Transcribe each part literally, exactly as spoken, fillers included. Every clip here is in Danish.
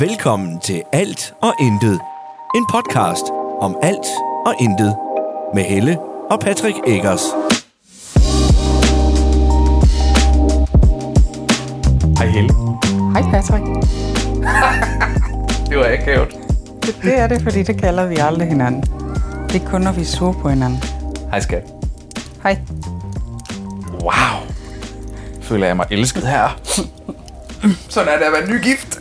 Velkommen til Alt og Intet. En podcast om alt og intet. Med Helle og Patrick Eggers. Hej Helle. Hej Patrick. Det var akavet. Det, det er det, fordi det kalder vi aldrig hinanden. Det er kun, når vi er sure på hinanden. Hej skat. Hej. Wow. Føler jeg mig elsket her. Sådan er det at være nygift.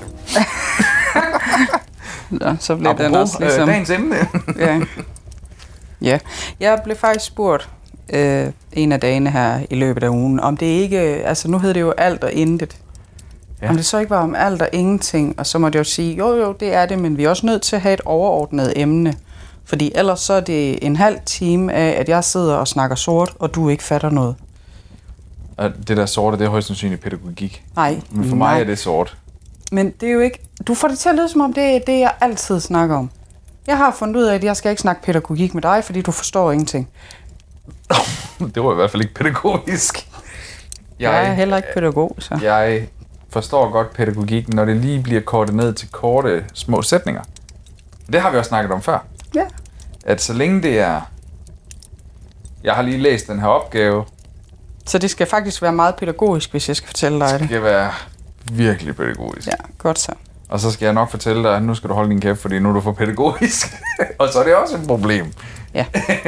Nå, så bliver Apropos, den også ligesom... øh, dagens emne. ja. ja. Jeg blev faktisk spurgt øh, en af dagene her i løbet af ugen, om det ikke... Altså nu hedder det jo alt og intet. Ja. Om det så ikke var om alt og ingenting, og så måtte jeg jo sige, jo jo, det er det, men vi er også nødt til at have et overordnet emne. Fordi ellers så er det en halv time af, at jeg sidder og snakker sort, og du ikke fatter noget. Og det der sorte, det er højst sandsynligt pædagogik. Nej. Men for mig er det sort. Men det er jo ikke... Du får det til at lyde, som om det er det, jeg altid snakker om. Jeg har fundet ud af, at jeg skal ikke snakke pædagogik med dig, fordi du forstår ingenting. Det var i hvert fald ikke pædagogisk. Jeg, jeg er heller ikke pædagog, så... Jeg forstår godt pædagogikken, når det lige bliver kortet ned til korte, små sætninger. Det har vi også snakket om før. Ja. At så længe det er... Jeg har lige læst den her opgave. Så det skal faktisk være meget pædagogisk, hvis jeg skal fortælle dig det. Det skal være virkelig pædagogisk. Ja, godt så. Og så skal jeg nok fortælle dig, at nu skal du holde din kæft, fordi nu er du for pædagogisk. Og så er det også et problem. Ja.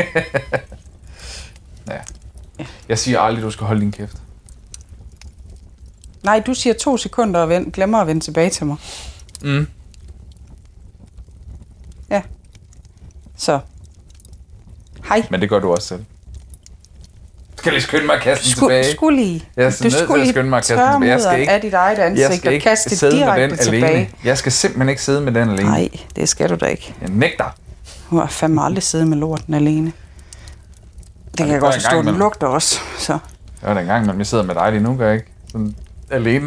ja. Jeg siger aldrig, at du skal holde din kæft. Nej, du siger to sekunder og vend, glemmer at vende tilbage til mig. Mm. Ja. Så. Hej. Men det gør du også selv. Skal jeg lige skynde mig at kaste den tilbage? Skulle lige. Jeg er nødt til at skynde mig at kaste den tilbage. Jeg skal ikke, af dit eget ansigt og kaste det direkte tilbage. Alene. Jeg skal simpelthen ikke sidde med den alene. Nej, det skal du da ikke. Jeg nægter. Du har fandme aldrig siddet med lorten alene. Det kan jeg godt forstå, den lugter også. Så. Det var da en gang, men jeg sidder med dig lige nu, gør jeg ikke? Sådan alene.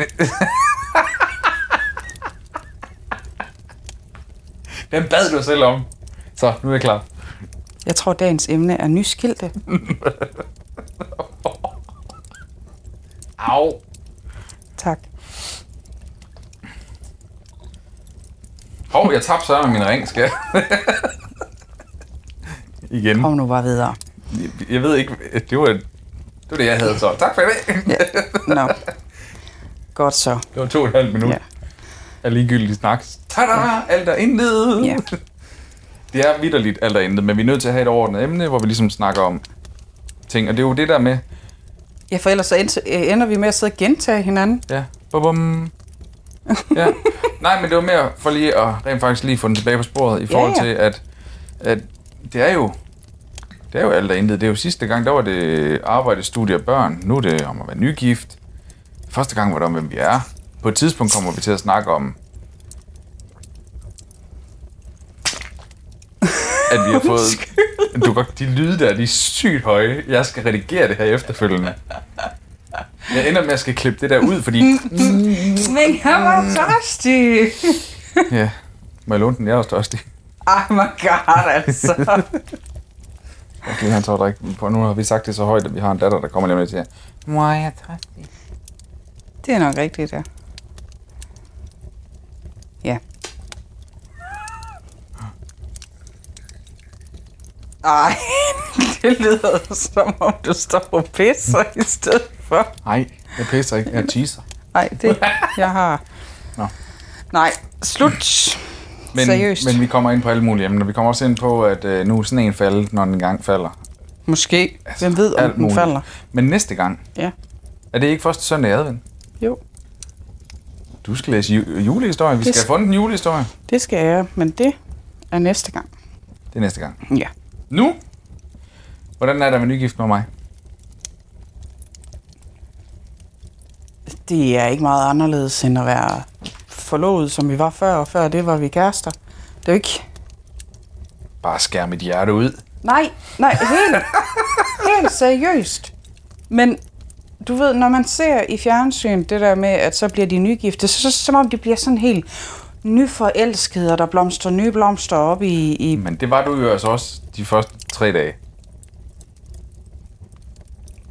Den bad du selv om. Så, nu er jeg klar. Jeg tror, dagens emne er nyskilte. Au. Tak. Hov, jeg tabte så med min ring, skal igen. Kom nu bare videre. Jeg, jeg ved ikke, det var, det var det, jeg havde så. Tak for i dag. Ja. Nå. Godt så. Det var to og et halvt minut. Ja. Af ligegyldig snak. Tada! Alt er intet. Ja. Det er vitterligt alt er intet, men vi er nødt til at have et overordnet emne, hvor vi ligesom snakker om ting. Og det er jo det der med... Ja, for ellers så ender vi med at sidde og gentage hinanden. Ja. Bum. Ja. Nej, men det var mere for lige at rent faktisk lige få den tilbage på sporet, i forhold ja, ja. til, at, at det er jo det er jo alt er intet. Det er jo sidste gang, der var det arbejde, studie og børn. Nu er det om at være nygift. Første gang var det om, hvem vi er. På et tidspunkt kommer vi til at snakke om, at vi har fået... Du kan, de lyde der, de er sygt høje. Jeg skal redigere det her efterfølgende. Jeg ender med at skal klippe det der ud, fordi... Men han var tørstig! Ja, må jeg låne den? Jeg er også tørstig. Ej, my god, altså. Okay, han tror ikke på. Nu har vi sagt det så højt, at vi har en datter, der kommer lige med til. Mor, jeg er tørstig. Det er nok rigtigt, ja. Ja. Ej, det lyder som om du står og pisser i stedet for. Nej, jeg pisser ikke. Jeg cheeser. Nej, det jeg har. Nå. Nej, slut. Men, seriøst. Men vi kommer ind på alle mulige emner. Vi kommer også ind på, at øh, nu er sådan en faldet, når den engang falder. Måske. Altså, hvem ved, om den muligt. falder. Men næste gang. Ja. Er det ikke første søndag i advent? Jo. Du skal læse ju- julehistorie. Vi skal, skal have fundet en julehistorie. Det skal jeg, men det er næste gang. Det er næste gang. Ja. Nu? Hvordan er der med nygift med mig? Det er ikke meget anderledes end at være forlovet, som vi var før, og før det var vi kærester. Det er jo ikke... Bare skær mit hjerte ud. Nej, nej, helt, helt seriøst. Men du ved, når man ser i fjernsyn det der med, at så bliver de nygifte, så, så som om det bliver sådan helt nyforelskede, og der blomstrer nye blomster op i, i... Men det var du jo altså også de første tre dage.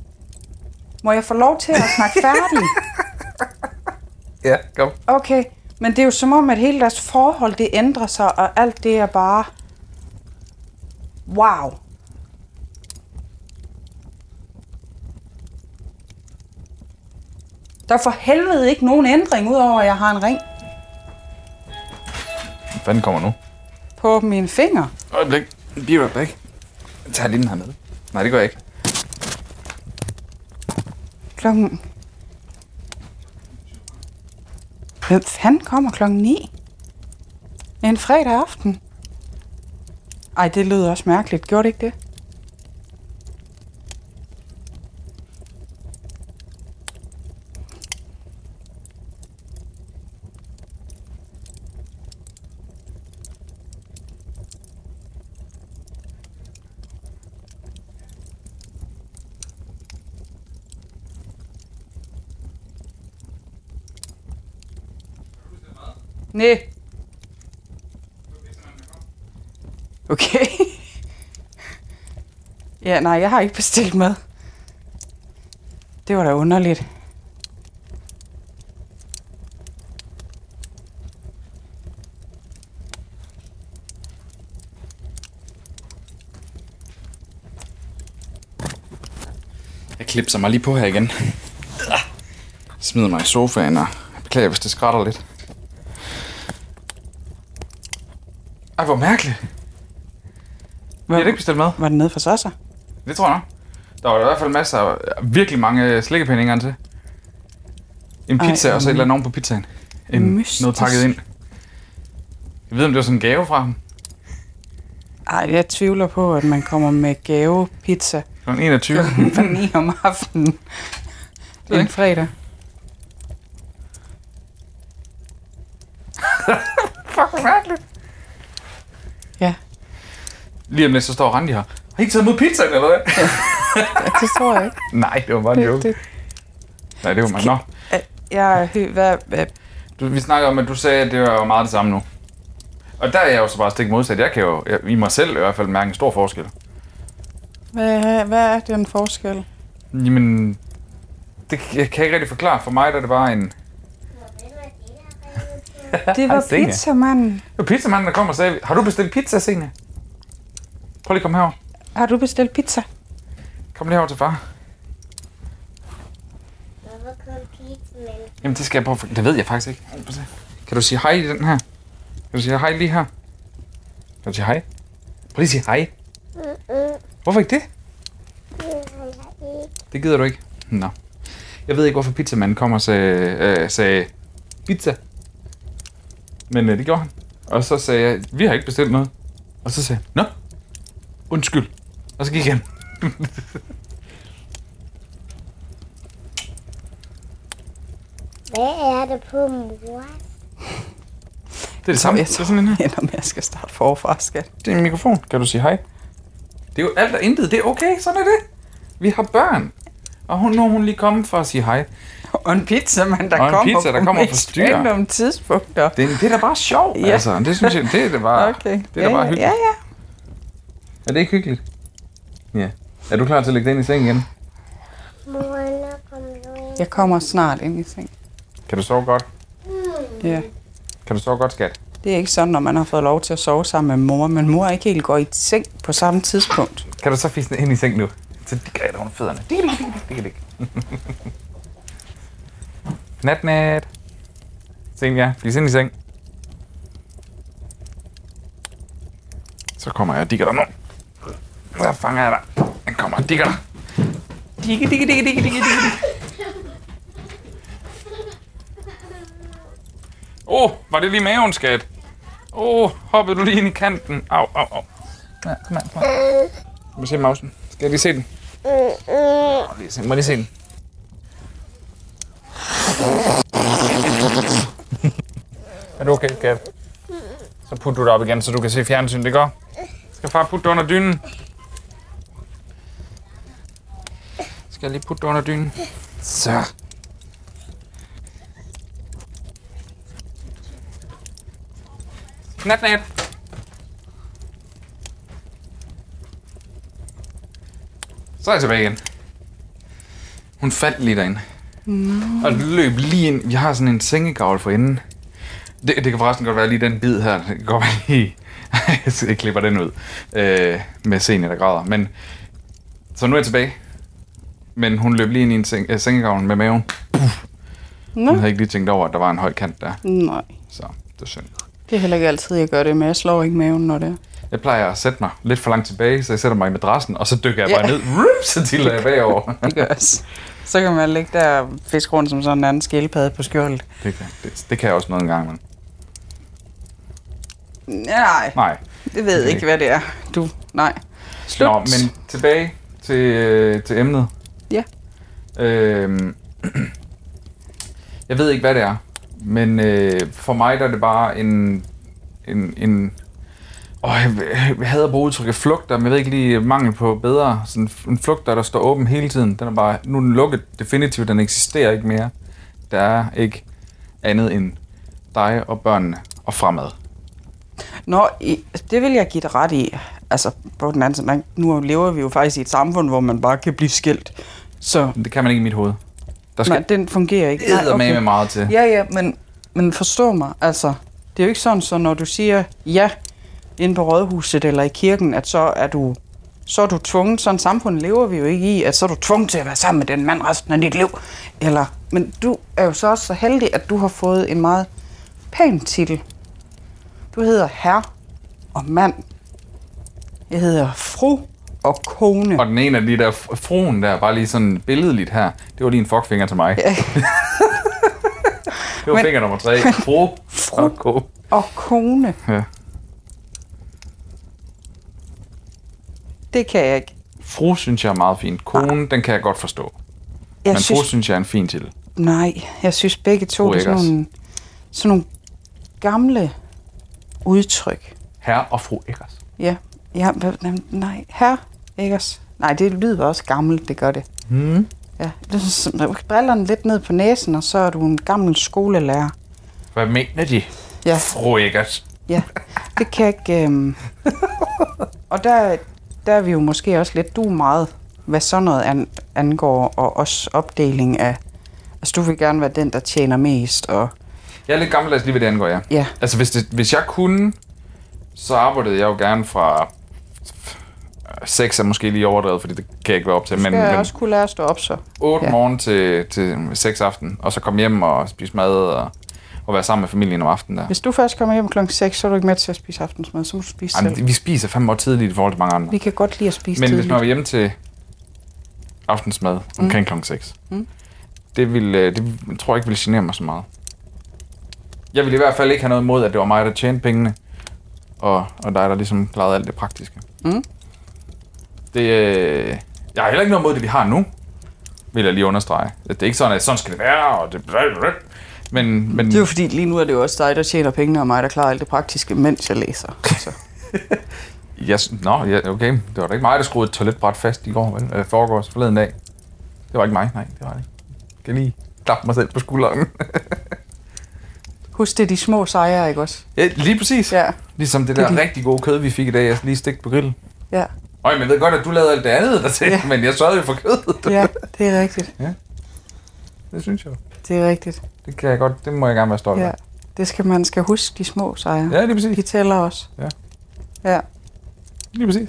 Må jeg få lov til at snakke færdig? Ja, kom. Okay, Men det er jo som om, at hele deres forhold, det ændrer sig, og alt det er bare... Wow. Der er for helvede ikke nogen ændring, udover at jeg har en ring. Hvad fanden kommer nu? På mine fingre. Øjeblik. Bliver du ikke? Jeg tager lige den her med. Nej, det gør jeg ikke. Klokken... Hvem fanden kommer klokken ni? En fredag aften? Ej, det lyder også mærkeligt. Gjorde det ikke det? Næh. Okay. Ja, nej, jeg har ikke bestilt mad. Det var da underligt. Jeg klipser mig lige på her igen. Smider mig i sofaen, og jeg beklager, hvis det skrætter lidt. Ej, hvor mærkeligt. Vi har ikke bestilt mad. Var det nede for Sasser? Det tror jeg nok. Der var i hvert fald masser af virkelig mange slikkepinde til. En pizza, Ej, og så et eller andet oven på pizzaen. En, noget pakket ind. Jeg ved, om det var sådan en gave fra ham. Ej, jeg tvivler på, at man kommer med gavepizza. Klokken enogtyve. Klokken ni om aftenen. Det er en fredag. Fuck, mærkeligt. Ja. Lige om lidt, så står Randi her. Har I ikke taget mod pizzaen, eller hvad? Ja, det tror jeg ikke. Nej, det var bare en joke. Det, det. Nej, det var meget. Nå. Jeg hø... Hvad, hvad? Du, vi snakker om, at du sagde, at det var meget det samme nu. Og der er jeg jo så bare stik modsat. Jeg kan jo jeg, i mig selv i hvert fald mærke en stor forskel. Hvad, hvad er den forskel? Jamen, det jeg kan jeg ikke rigtig forklare. For mig der er det bare en... Det var pizzamanden. Det var pizzamanden, der kom og sagde, har du bestilt pizza, Signe? Prøv lige at komme herover. Har du bestilt pizza? Kom lige herover til far. Hvorfor kom pizzamanden? Jamen, det skal jeg prøve for... Det ved jeg faktisk ikke. Kan du sige hej i den her? Kan du sige hej lige her? Kan du sige hej? Prøv lige at sige hej. Mm-mm. Hvorfor ikke det? Det gider du ikke? Nå. Jeg ved ikke, hvorfor pizzamanden kom og sagde, øh, sagde pizza. Men øh, det gjorde han. Og så sagde jeg, vi har ikke bestilt noget. Og så sagde jeg, nå, undskyld. Og så gik han. Hvad er det på mor? Det er det samme. Jeg tror, jeg ender med, at jeg skal starte forfra, skat. Det er en mikrofon. Kan du sige hej? Det er jo alt og intet. Det er okay, sådan er det. Vi har børn. Og hun, nu er hun lige kommet for at sige hej. Og en pizza, man, der og en kommer pizza, der kommer og forstyrrer. på nogle tidspunkter. Det, det er da bare sjovt, ja. Altså. Det synes jeg, det er da bare, okay. det er ja, da bare hyggeligt. Ja, ja. Er det ikke hyggeligt? Ja. Er du klar til at lægge den i seng igen? Mor, kommer du ind? Jeg kommer snart ind i seng. Kan du sove godt? Mm. Ja. Kan du sove godt, skat? Det er ikke sådan, når man har fået lov til at sove sammen med mor, men mor ikke helt går i seng på samme tidspunkt. Kan du så fisse ind i seng nu? Så de græder under fødderne. Nat, nat. Senja, fis ind i seng. Så kommer jeg og digger dig nu. Så fanger jeg dig. Den kommer og digger dig. Digge, digge, digge, digge, digge, digge. Åh, oh, var det lige maven, skat? Åh, oh, hoppede du lige ind i kanten? Au, au, au. Ja, kom her, kom her. Må jeg se mausen? Skal jeg lige se den? Må lige se, må lige se den? Er du okay, skat? Så putter du det op igen, så du kan se fjernsyn. Det går. Skal far putte det under dynen? Skal jeg lige putte det under dynen? Så. Nat, nat. Så er jeg tilbage igen. Hun faldt lige derinde. No. Og løb lige ind. Jeg har sådan en sengegavl for enden. Det, det kan forresten godt være lige den bid her. Det kan godt være lige... jeg klipper den ud. Øh, med Senior, der græder. Men... Så nu er jeg tilbage. Men hun løb lige ind i en seng, øh, sengegavlen med maven. Puff. Hun havde ikke lige tænkt over, at der var en høj kant der. Nej. Så det er synd. Det er heller ikke altid, jeg gør det, men jeg slår ikke maven, når det er. Jeg plejer at sætte mig lidt for langt tilbage, så jeg sætter mig i madrassen, og så dykker jeg bare yeah. ned, rup, så tiller jeg bagover. Det gør også. Så kan man ligge der og fiske rundt som sådan en anden skildpadde på skjoldet. Det kan, det, det kan jeg også noget en gang, men... Nej, Nej. Det ved jeg ikke, hvad det er. Du, nej. Slut. Nå, men tilbage til, øh, til emnet. Ja. Øhm, jeg ved ikke, hvad det er, men øh, for mig der er det bare en... en, en åh, jeg, jeg hader at bruge udtrykket flugter, men jeg ved ikke lige mangel på bedre. Sådan en flugter, der står åben hele tiden. Den er bare... Nu er den lukket definitivt, den eksisterer ikke mere. Der er ikke andet end dig og børnene og fremad. Nå, det vil jeg give dig ret i. Altså, på den anden side, nu lever vi jo faktisk i et samfund, hvor man bare kan blive skilt. Så... Det kan man ikke i mit hoved. Der skal nej, den fungerer ikke. Nej, okay. med meget til. Ja, ja, men, men forstå mig, altså, det er jo ikke sådan, så når du siger ja inde på rådhuset eller i kirken, at så er du, så er du tvunget, sådan samfund lever vi jo ikke i, at så er du tvunget til at være sammen med den mand resten af dit liv. Eller, men du er jo så også så heldig, at du har fået en meget pæn titel. Du hedder herre og mand. Jeg hedder fru og kone. Og den ene af de der fruen der, bare lige sådan billedligt her, det var lige en fuckfinger til mig. Ja. Det var men, finger nummer tre. Fru, fru og, ko. og kone. Ja. Det kan jeg ikke. Fru synes jeg er meget fint. Kone, ja. Den kan jeg godt forstå. Jeg men synes, fru synes jeg er en fin titel. Nej, jeg synes begge to er sådan nogle, sådan nogle gamle udtryk. Herre og fru Eggers. Ja, ja, nej, herre Eggers. Nej, det lyder også gammelt, det gør det. Mm. Ja, det er sådan, brillerne lidt ned på næsen, og så er du en gammel skolelærer. Hvad mener de? Ja. Fru Eggers. Ja, det kan ikke... Øhm... og der, der er vi jo måske også lidt, du er meget, hvad sådan noget an, angår, og også opdeling af... Altså, du vil gerne være den, der tjener mest, og... Jeg er lidt gammeldags lige, hvad det angår, ja. Ja. Altså, hvis, det, hvis jeg kunne, så arbejdede jeg jo gerne fra... Seks er måske lige overdrevet, fordi det kan jeg ikke være op til. Du skal men, men også kunne lære at stå op, så. otte ja. morgen til, til seks aften, og så komme hjem og spise mad og, og være sammen med familien om aftenen der. Hvis du først kommer hjem klokken seks, så er du ikke med til at spise aftensmad, så må du spise Ej, selv. Vi spiser fem år tidligt i forhold til mange andre. Vi kan godt lide at spise men tidligt. Hvis man var hjemme til aftensmad omkring mm. klokken seks, mm. det, ville, det tror jeg ikke ville genere mig så meget. Jeg ville i hvert fald ikke have noget imod, at det var mig, der tjente pengene, og, og dig, der ligesom klarede alt det praktiske. Mm. Det, øh, jeg har heller ikke noget imod det, vi har nu, vil jeg lige understrege. Det er ikke sådan, at sådan skal det være, og det... Men, men... Det er jo fordi, lige nu er det jo også dig, der tjener pengene, og mig, der klarer alt det praktiske, mens jeg læser. Så. yes, nå, ja, okay. Det var da ikke mig, der skruede et toiletbræt fast i går, vel? Øh, foregårs forleden dag. Det var ikke mig, nej, det var det ikke. Jeg kan lige klappe mig selv på skulderen. Husk det, de små sejre, ikke også? Ja, lige præcis. Ja. Ligesom det der det, de... rigtig gode kød, vi fik i dag, jeg lige stikte på grillen. Ja. Øj, men jeg ved godt, at du lavede alt det andet der til, ja. Men jeg sørgede jo for kødet. Ja, det er rigtigt. Ja, det synes jeg. Det er rigtigt. Det kan jeg godt, det må jeg gerne være stolt af. Ja, det skal man skal huske, de små sejre. Ja, lige præcis. De tæller også. Ja. Ja. Lige præcis.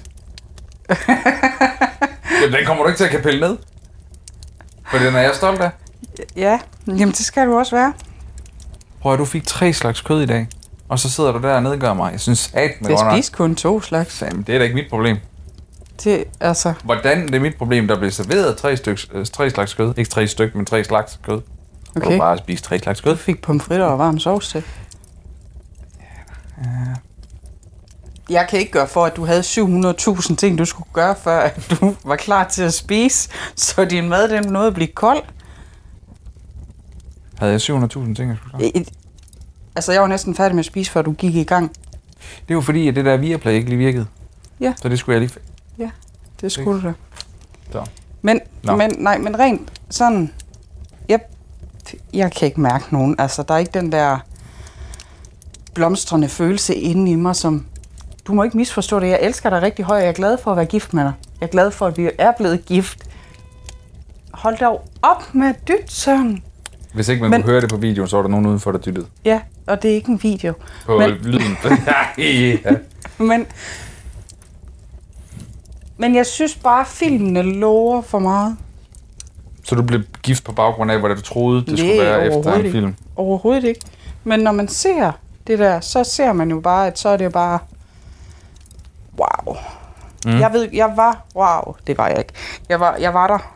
Jamen, den kommer du ikke til at kan pille ned. For den er jeg stolt af. Ja, jamen det skal du også være. Prøv at du fik tre slags kød i dag, og så sidder du der og nedgør mig. Jeg synes, at det er spist kun to slags. Jamen, det er da ikke mit problem. Det, altså... Hvordan det er mit problem, der bliver serveret tre, styks, øh, tre slags kød. Ikke tre stykker, men tre slags kød. Okay. Og du bare spise tre slags kød. Du fik pomfritter og varm sovs til. Ja. Jeg kan ikke gøre for, at du havde syv hundrede tusind ting, du skulle gøre, før at du var klar til at spise, så din mad den nåede at blive kold. Havde jeg syv hundrede tusind ting, jeg skulle gøre? Et, altså, jeg var næsten færdig med at spise, før du gik i gang. Det var fordi, at det der Viaplay ikke lige virkede. Ja. Så det skulle jeg lige... Ja, det skulle du da. Så. Men, men, nej, men rent sådan... Jeg, jeg kan ikke mærke nogen. Altså, der er ikke den der blomstrende følelse inde i mig, som... Du må ikke misforstå det. Jeg elsker dig rigtig højt. Jeg er glad for at være gift med dig. Jeg er glad for, at vi er blevet gift. Hold dog op med at dytte, Søren. Hvis ikke man men, kunne høre det på videoen, så var der nogen uden for dig dyttet. Ja, og det er ikke en video. På men, lyden. ja. men, men jeg synes bare, at filmene lover for meget. Så du blev gift på baggrund af, hvad du troede, det Nej, skulle være efter en ikke. film? Overhovedet ikke. Men når man ser det der, så ser man jo bare, at så er det bare... Wow. Mm. Jeg ved, jeg var... Wow, det var jeg ikke. Jeg var, jeg var der...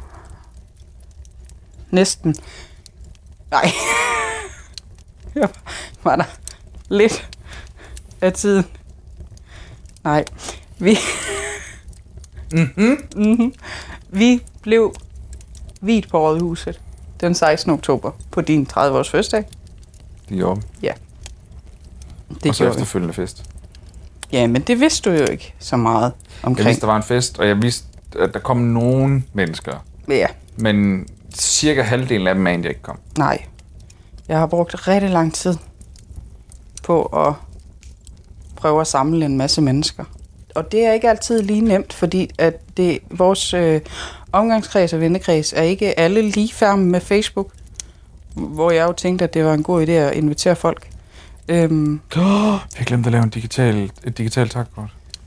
Næsten. Nej. Jeg var der lidt af tiden. Nej. Vi... Mm-hmm. mm-hmm. Vi blev viet på Rådhuset den sekstende oktober på din tredive-års fødselsdag. Det gjorde vi. Ja. Det og så gjorde efterfølgende fest. Ja, men det vidste du jo ikke så meget omkring. Jeg vidste, der var en fest, og jeg vidste, at der kom nogen mennesker. Ja. Men cirka halvdelen af dem anede jeg ikke kom. Nej. Jeg har brugt rigtig lang tid på at prøve at samle en masse mennesker. Og det er ikke altid lige nemt, fordi at det, vores øh, omgangskreds og vennekreds er ikke alle lige færme med Facebook, hvor jeg jo tænkte, at det var en god idé at invitere folk. Øhm, oh, jeg glemte at lave en digital, et digitalt takkort.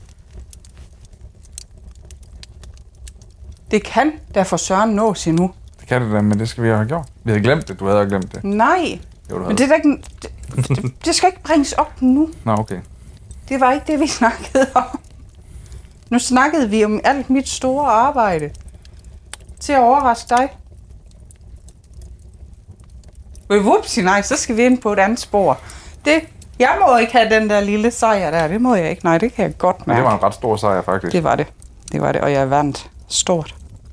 Det kan derfor Søren nås endnu. Det kan det da, men det skal vi have gjort. Vi havde glemt det, du havde glemt det. Nej, jo, men det, er da ikke, det, det, det skal ikke bringes op nu. Nå, okay. Det var ikke det, vi snakkede om. Nu snakkede vi om alt mit store arbejde til at overraske dig. Men whoopsie, nej, så skal vi ind på et andet spor. Det, jeg må ikke have den der lille sejr der, det må jeg ikke. Nej, det kan jeg godt mærke. Det var en ret stor sejr, faktisk. Det var det. Det var det, og jeg vandt stort.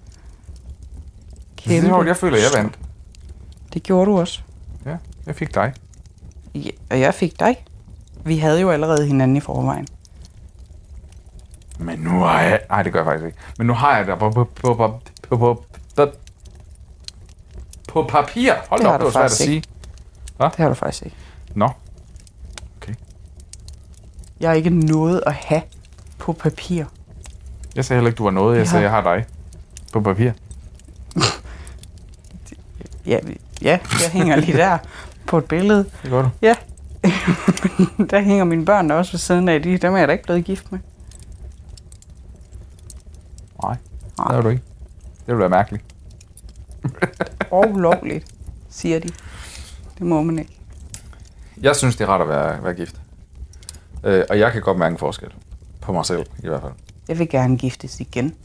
Kæmpe. Det var, jeg føler, jeg vandt. Det gjorde du også. Ja, jeg fik dig. Ja, og jeg fik dig. Vi havde jo allerede hinanden i forvejen. Men nu har jeg... Nej, det gør jeg faktisk ikke. Men nu har jeg det på, på, på, på, på, på, på, på papir. Hold da op, det var svært at sige. Hva? Det har du faktisk ikke. Nå. Okay. Jeg har ikke noget at have på papir. Jeg sagde heller ikke, du var noget. Jeg sagde, jeg har dig på papir. ja, ja, jeg hænger lige der på et billede. Det gør du. Ja. Der hænger mine børn også ved siden af. De, dem er jeg da ikke blevet gift med. Nej, det er du ikke. Det ville være mærkeligt. Og ulovligt, siger de. Det må man ikke. Jeg synes, det er rart at være, være gift. Øh, og jeg kan godt mærke en forskel. På mig selv, i hvert fald. Jeg vil gerne giftes igen.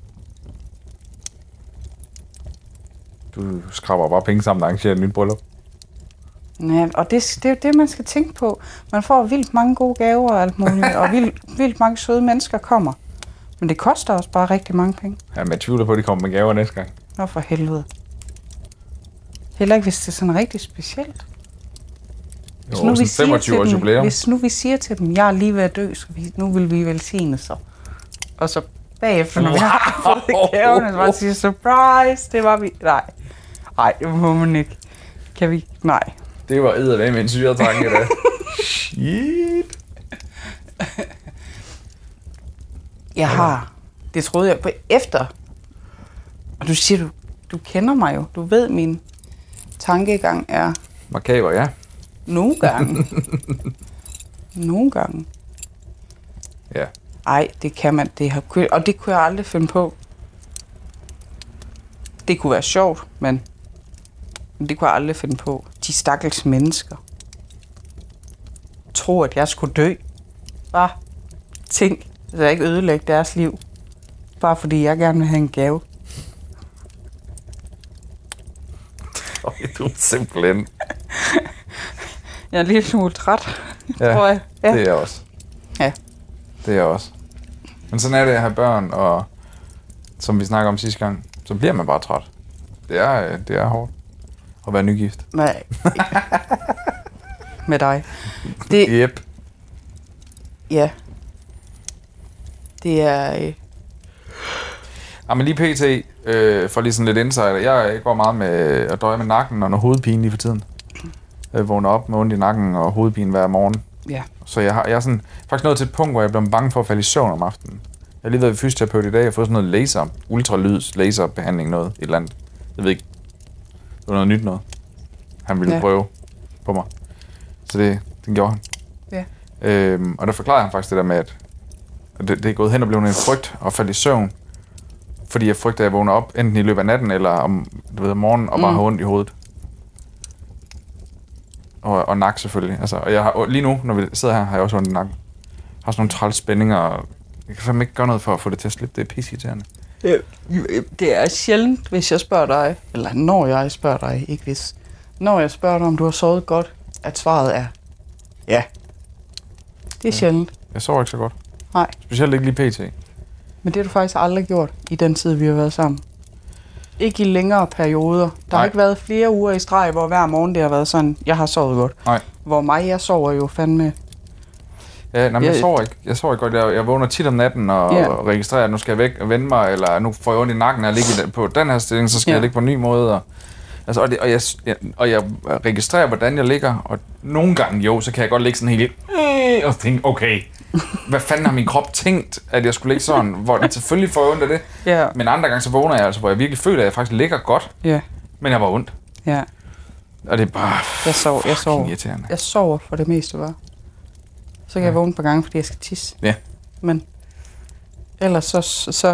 Du skraber bare penge sammen og arrangerer en ny bryllup. Ja, og det, det er jo det, man skal tænke på. Man får vildt mange gode gaver og alt muligt, og vildt, vildt mange søde mennesker kommer. Men det koster også bare rigtig mange penge. Ja, men jeg tvivler på, at de kommer med gaver næste gang. Nå for helvede. Heller ikke, hvis det er sådan rigtig specielt. Hvis jo, nu vi sådan femogtyve års jubilæum. Hvis nu vi siger til dem, jeg er lige ved at dø, så vi, nu vil vi velsigne sig. Og så bagefter, når vi har fået gaverne, så bare sige, surprise, det var vi. Nej, nej, det må man ikke. Kan vi? Nej. Det var eddermame med en syretanke, da. Shit. Jeg har. Det troede jeg på efter. Og du siger, du, du kender mig jo. Du ved, min tankegang er... Makaber, ja. Nogle gange. Nogle gange. Ja. Ej, det kan man. Det har, og det kunne jeg aldrig finde på. Det kunne være sjovt, men det kunne jeg aldrig finde på. De stakkels mennesker tror, at jeg skulle dø. Bare tænk, at jeg ikke ødelægge deres liv. Bare fordi jeg gerne vil have en gave. Øj, du er simpelthen... Jeg er lidt smule træt, ja, tror jeg. Ja, det er jeg også. Ja. Det er jeg også. Men sådan er det at have børn, og som vi snakker om sidste gang, så bliver man bare træt. Det er, det er hårdt at være nygift. Nej. Med dig. Det, yep. Ja. Det er... Øh... Ja, men lige pt. Øh, for lige sådan lidt insider. Jeg går meget med at døje med nakken og noget hovedpine lige for tiden. Jeg vågner op med ondt i nakken og hovedpine hver morgen. Ja. Så jeg har jeg er sådan, faktisk nået til et punkt, hvor jeg bliver bange for at falde i søvn om aftenen. Jeg har lige været ved fysioterapeut i dag og fået sådan noget laser, ultralyds laserbehandling, noget, et eller andet. Jeg ved ikke, det var noget nyt noget. Han ville ja. prøve på mig. Så det, det gjorde han. Ja. Øhm, og der forklarer han faktisk det der med, at det, det er gået hen og blevet en frygt og falde i søvn. Fordi jeg frygter, at jeg vågner op enten i løbet af natten eller om du ved, om morgenen og bare mm. har ondt i hovedet. Og, og nak selvfølgelig. Altså, og jeg har, lige nu, når vi sidder her, har jeg også ondt i nakken. Jeg har sådan nogle træls spændinger, og jeg kan fandme ikke gøre noget for at få det til at slippe. Det er pisseirriterende. Det er sjældent, hvis jeg spørger dig, eller når jeg spørger dig, ikke hvis. Når jeg spørger dig, om du har sovet godt, at svaret er ja. Det er ja. sjældent. Jeg sover ikke så godt. Nej. Specielt ikke lige pt. Men det har du faktisk aldrig gjort i den tid, vi har været sammen. Ikke i længere perioder. Der Nej. har ikke været flere uger i streg, hvor hver morgen det har været sådan, jeg har sovet godt. Nej. Hvor mig, jeg sover jo fandme. Ja, nej, men jeg, jeg sover ikke. Jeg sover ikke godt. Jeg, jeg vågner tit om natten og, yeah. og registrerer, at nu skal jeg væk og vende mig, eller nu får jeg ondt i nakken, og ligger på den her stilling, så skal yeah. jeg ligge på en ny måde. Og, altså, og, det, og, jeg, jeg, og jeg registrerer, hvordan jeg ligger, og nogle gange jo, så kan jeg godt ligge sådan helt øh, og tænke, okay, hvad fanden har min krop tænkt, at jeg skulle ligge sådan, hvor det selvfølgelig får ondt af det. Yeah. Men andre gange så vågner jeg altså, hvor jeg virkelig føler, at jeg faktisk ligger godt, yeah. men jeg var ondt. Yeah. Og det er bare jeg sover, jeg sover. irriterende. Jeg sover for det meste, bare. Så kan ja. jeg vågne på gange, fordi jeg skal tisse. Ja. Men ellers så, så, så,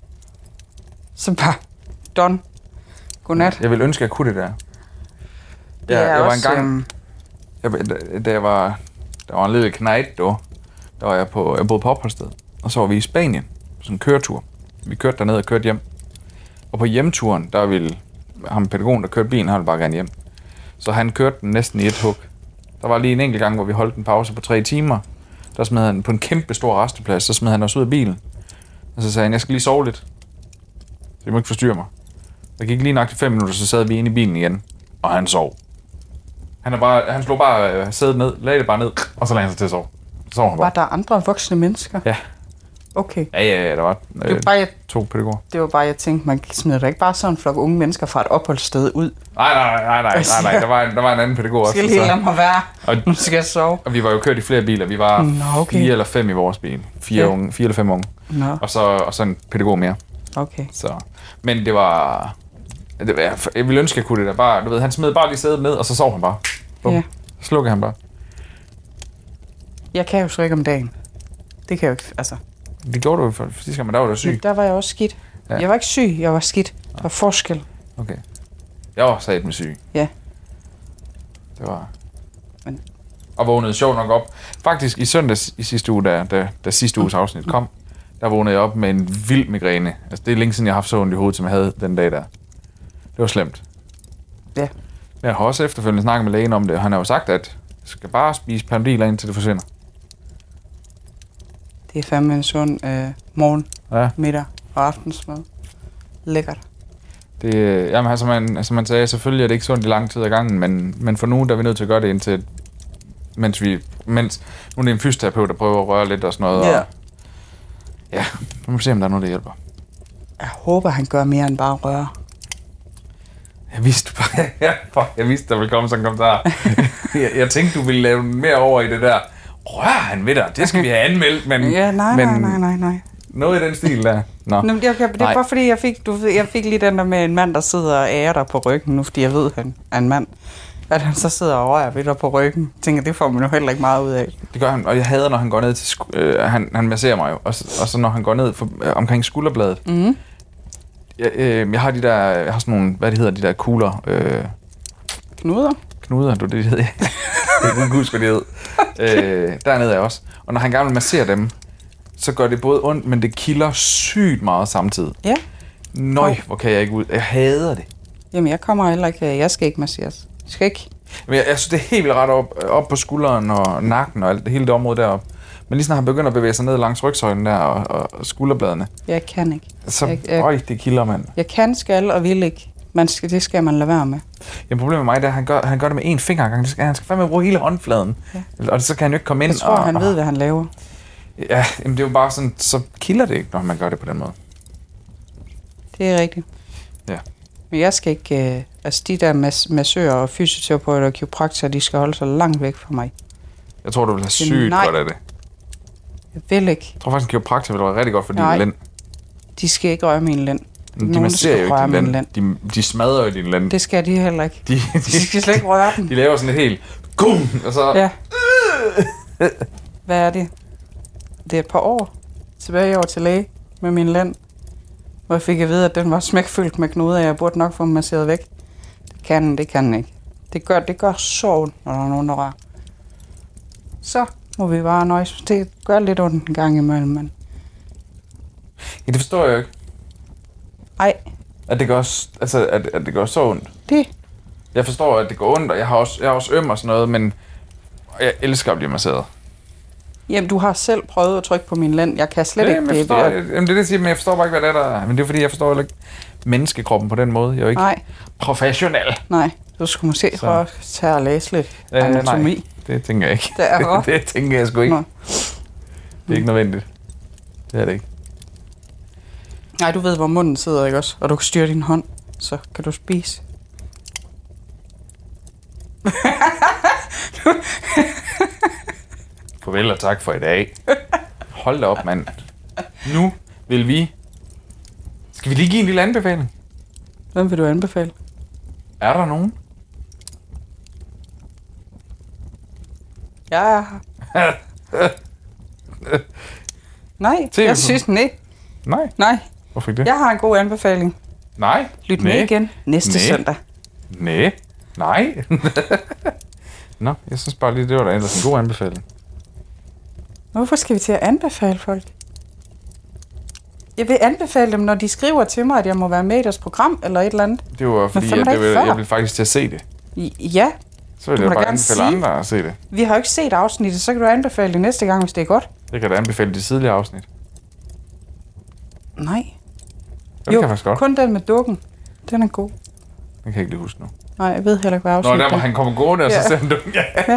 så bare done. Godnat. Jeg vil ønske, at jeg kunne det der. Det jeg, er jeg også... var engang, jeg, da, da jeg var, der var en lille knægt, da, der var jeg på, jeg boede på opholdssted. Og så var vi i Spanien, på sådan en køretur. Vi kørte derned og kørte hjem. Og på hjemturen, der ville ham pædagogen, der kørte bilen, han ville bare gerne hjem. Så han kørte den næsten i et hug. Der var lige en enkelt gang, hvor vi holdt en pause på tre timer. Der smed han på en kæmpe stor resteplads, så smed han os ud af bilen. Og så sagde han, jeg skal lige sove lidt. Så I må ikke forstyrre mig. Der gik lige nok til fem minutter, så sad vi inde i bilen igen. Og han sov. Han, er bare, han slog bare øh, sædet ned, lagde det bare ned, og så lagde han sig til at sove. Så sov han bare. Var der andre voksne mennesker? Ja. Okay. Ja, ja, ja, der var, øh, det var bare, jeg, to pædagoger. Det var bare, jeg tænkte, man smider da ikke bare sådan en flok unge mennesker fra et opholdssted ud. Nej, nej, nej, nej, nej, nej. Der, var en, der var en anden pædagog også. Skal lige lade mig være. Og, nu skal jeg sove. Og vi var jo kørt i flere biler. Vi var Nå, okay. fire eller fem i vores bil. Fire, ja. unge, fire eller fem unge. Nå. Og, så, og så en pædagog mere. Okay. Så. Men det var... Det var jeg ville ønske, jeg kunne det der. Bare, du ved, han smed bare lige sædet ned, og så sov han bare. Bum. Ja. Så slukkede han bare. Jeg kan jo så ikke om dagen. Det kan jeg jo ikke, altså... Det gjorde du jo for sidste gang, men der var du syg. Men der var jeg også skidt. Ja. Jeg var ikke syg, jeg var skidt. Der var forskel. Okay. Jeg var sat med syg. Ja. Det var... Men... Og vågnede sjovt nok op. Faktisk i søndags i sidste uge, da, da, da sidste uges afsnit kom, der vågnede jeg op med en vild migræne. Altså det er længe siden, jeg har haft så ondt i hovedet, som jeg havde den dag der. Det var slemt. Ja. Jeg har også efterfølgende snakket med lægen om det, og han har jo sagt, at jeg skal bare spise Panodiler, indtil det forsvinder. Det er fandme en sund øh, morgen, ja. middag og aftensmad. Lækkert. Det, jamen, altså man, altså man sagde, selvfølgelig er det ikke sundt i lang tid ad gangen, men, men for nu der er vi nødt til at gøre det indtil, mens vi, mens, nu er det en fysioterapeut, der prøver at røre lidt og sådan noget. Ja. Og, ja, nu må vi se, om der er noget, der hjælper. Jeg håber, han gør mere end bare røre. Jeg vidste bare, ja, fuck, jeg vidste, der ville komme sådan en kommentar. jeg, jeg tænkte, du ville lave mere over i det der. Rør han ved dig? Det skal vi have anmeldt, men... Ja, nej, men, nej, nej, nej, nej. Noget i den stil der. Nå. Nå, det, okay, det er bare fordi, jeg fik, du, jeg fik lige den der med en mand, der sidder og ærer dig på ryggen nu, fordi jeg ved, at han er en mand. At han så sidder og rører ved dig på ryggen. Jeg tænker, det får man jo heller ikke meget ud af. Det gør han, og jeg hader, når han går ned til... Sku- øh, han, han masserer mig jo, og, og så når han går ned for, øh, omkring skulderbladet. Mm. Jeg, øh, jeg har de der... Jeg har sådan nogle... Hvad det hedder? De der kugler... Øh, knuder? Knuder, du, det hedder jeg. Jeg kan ikke huske, hvad det hedder. Øh, dernede er jeg også. Og når han gerne vil massere dem, så gør det både ondt, men det kilder sygt meget samtidig. Ja. Nøj, hvor kan jeg ikke ud. Jeg hader det. Jamen, jeg kommer heller ikke... Jeg skal ikke masseres. Jeg skal ikke... Men jeg, jeg synes, det er helt vildt ret op, op på skulderen og nakken og alt, det hele det område deroppe. Men lige snart han begynder at bevæge sig ned langs rygsøjlen der og, og, og skulderbladene. Jeg kan ikke. Så, jeg, jeg, øj, det kilder, mand. Jeg kan, skal og vil ikke. Man skal, det skal man lade være med. Jamen, problemet med mig, det er, at han gør, han gør det med én finger gang. Han skal fandme bruge hele håndfladen. Ja. Og så kan han jo ikke komme ind. Jeg tror, og, han og, ved, hvad han laver. Ja, jamen, det er jo bare sådan, så kilder det ikke, når man gør det på den måde. Det er rigtigt. Ja. Men jeg skal ikke... Øh, altså, de der mas- massører og fysioterapeuter og kiropraktorer, de skal holde sig langt væk fra mig. Jeg tror, du vil have sygt nej. godt af det. Jeg vil ikke. Jeg tror faktisk, en kiropraktor vil være rigtig godt for din lænd. De skal ikke røre min lænd. De masserer jo ikke din lænd. De, de smadrer jo din lænd. Det skal de heller ikke. De, de, de skal slet ikke røre den. De laver sådan et helt... Gum! Og så... Ja. Hvad er det? Det er et par år tilbage over til læge med min land, hvor jeg fik at vide, at den var smækfyldt med knuder, og jeg burde nok få dem masseret væk. Det kan den, det kan den ikke. Det gør, det gør så ondt, når der er nogen, der rører. Så må vi bare nøjes. Det gør lidt ondt en gang imellem, men... Ja, det forstår jeg jo ikke. Ej, At det gør, s- altså, at, at det gør så ondt. det... Jeg forstår, at det går ondt, og jeg har også, jeg har også øm og sådan noget, men jeg elsker at blive masseret. Jamen, du har selv prøvet at trykke på min land. Jeg kan slet Ja, ikke men jeg det. forstår, det jeg, jamen, det er det, jeg siger, men jeg forstår bare ikke, hvad det er, der... Men det er fordi, jeg forstår heller ikke menneskekroppen på den måde. Jeg er jo ikke Nej, professionel. nej. Du skulle måske Så. prøve at tage og læse lidt Øh, anatomi. nej, det tænker jeg ikke. Det er godt. det tænker jeg sgu ikke. Nå. Det er ikke nødvendigt. Det er det ikke. Nej, du ved, hvor munden sidder, ikke også? Og du kan styre din hånd, så kan du spise. Farvel og tak for i dag. Hold da op, mand. Nu vil vi... Skal vi lige give en lille anbefaling? Hvem vil du anbefale? Er der nogen? Ja. Nej, Se, jeg du- synes nej. Nej. Nej, Hvorfor ikke det? jeg har en god anbefaling. Nej. Lyt med Næ. igen næste Næ. søndag. Nej. Nej. Nå, jeg synes bare lige, det var da ellers en god anbefaling. Hvorfor skal vi til at anbefale folk? Jeg vil anbefale dem, når de skriver til mig, at jeg må være med i deres program eller et eller andet. Det var fordi, fandme at da det ikke vil, før? jeg vil faktisk til at se det. I- Ja, Så vil Du jeg må da bare gerne anbefale sige- andre at se det. vi har jo ikke set afsnittet, så kan du anbefale det næste gang, hvis det er godt. Jeg kan da anbefale de tidligere afsnit. Nej. Ja, det kan jeg faktisk godt. kun den med dukken. Den er god. Det kan jeg ikke lige huske nu. Nej, jeg ved heller ikke, hvad Nå, afsnit der det hvor er. han kommer gående, og så Ja. ser han du. Ja.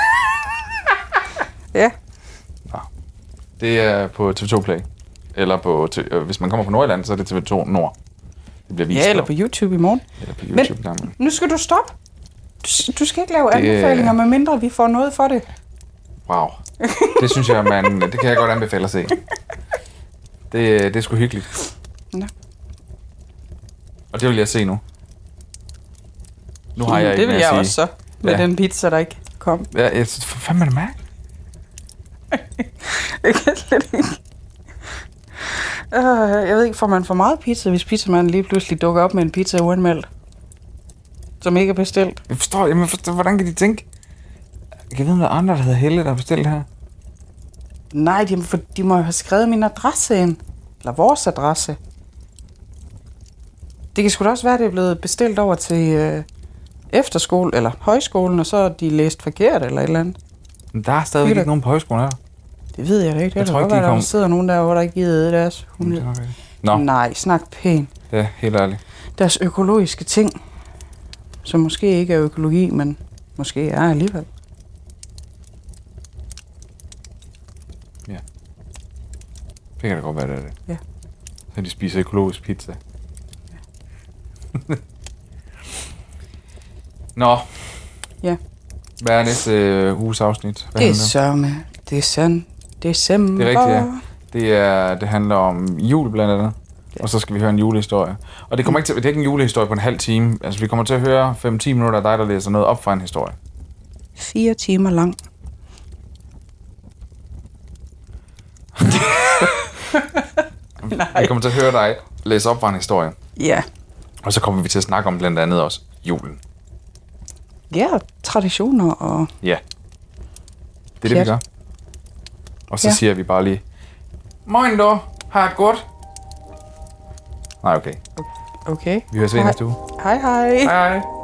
Ja, Det er på T V to Play. Eller på, t- øh, hvis man kommer fra Nordjylland, så er det T V to Nord. Det bliver vist ja eller der. på YouTube i morgen. eller på Men- YouTube. Men... Nu skal du stoppe. Du, s- du skal ikke lave Det- anbefalinger, medmindre vi får noget for det. Wow. Det synes jeg, man, det kan jeg godt anbefale at se. Det, det er sgu hyggeligt. Nå. Og det vil jeg se nu. Nu har jeg det ikke vil mere jeg at også sige. så. Med Ja. den pizza, der ikke kom. Ja, jeg synes, for fanden er det mærkeligt? Jeg kan slet ikke. Uh, jeg ved ikke, får man for meget pizza, hvis pizzamanden lige pludselig dukker op med en pizza uanmeldt? Som ikke er bestilt. Jeg forstår, jamen, jeg forstår, hvordan kan de tænke? Jeg kan vide, om der er andre, der hedder Helle, der har bestilt her. Nej, de, for de må jo have skrevet min adresse ind. Eller vores adresse. Det kan sgu da også være, at det er blevet bestilt over til øh, efterskole, eller højskolen, og så er de læst forkert, eller et eller andet. Men der er stadigvæk Hyggeligt. ikke nogen på højskolen her. Det ved jeg da ikke. Det Jeg er tror da ikke, godt de være, der kom- sidder nogen der, hvor der ikke gider æde deres hunde. Nå, Nej, snak pænt. ja, helt ærligt. Deres økologiske ting, som måske ikke er økologi, men måske er alligevel. Det kan da godt være, det er det. Ja. Så de spiser økologisk pizza. Nå. Ja. Hvad er næste øh, uges afsnit? Hvad Det er handler sørme. Det er sand. December. Det er rigtigt, ja. Det, er, det handler om jul blandt andet. Ja. Og så skal vi høre en julehistorie. Og det kommer ikke til, det er ikke en julehistorie på en halv time. Altså, vi kommer til at høre fem til ti minutter af dig, der læser noget op fra en historie. Fire timer lang. Vi kommer til at høre dig læse op fra en historie. Ja. Og så kommer vi til at snakke om blandt andet også julen. Ja, traditioner og... Ja. Det er det, vi Pjat. gør. Og så Ja. siger vi bare lige, Moin då, har det godt? Nej, okay. Okay. Vi høres ved Hej. næste uge. Hej hej. Hej hej.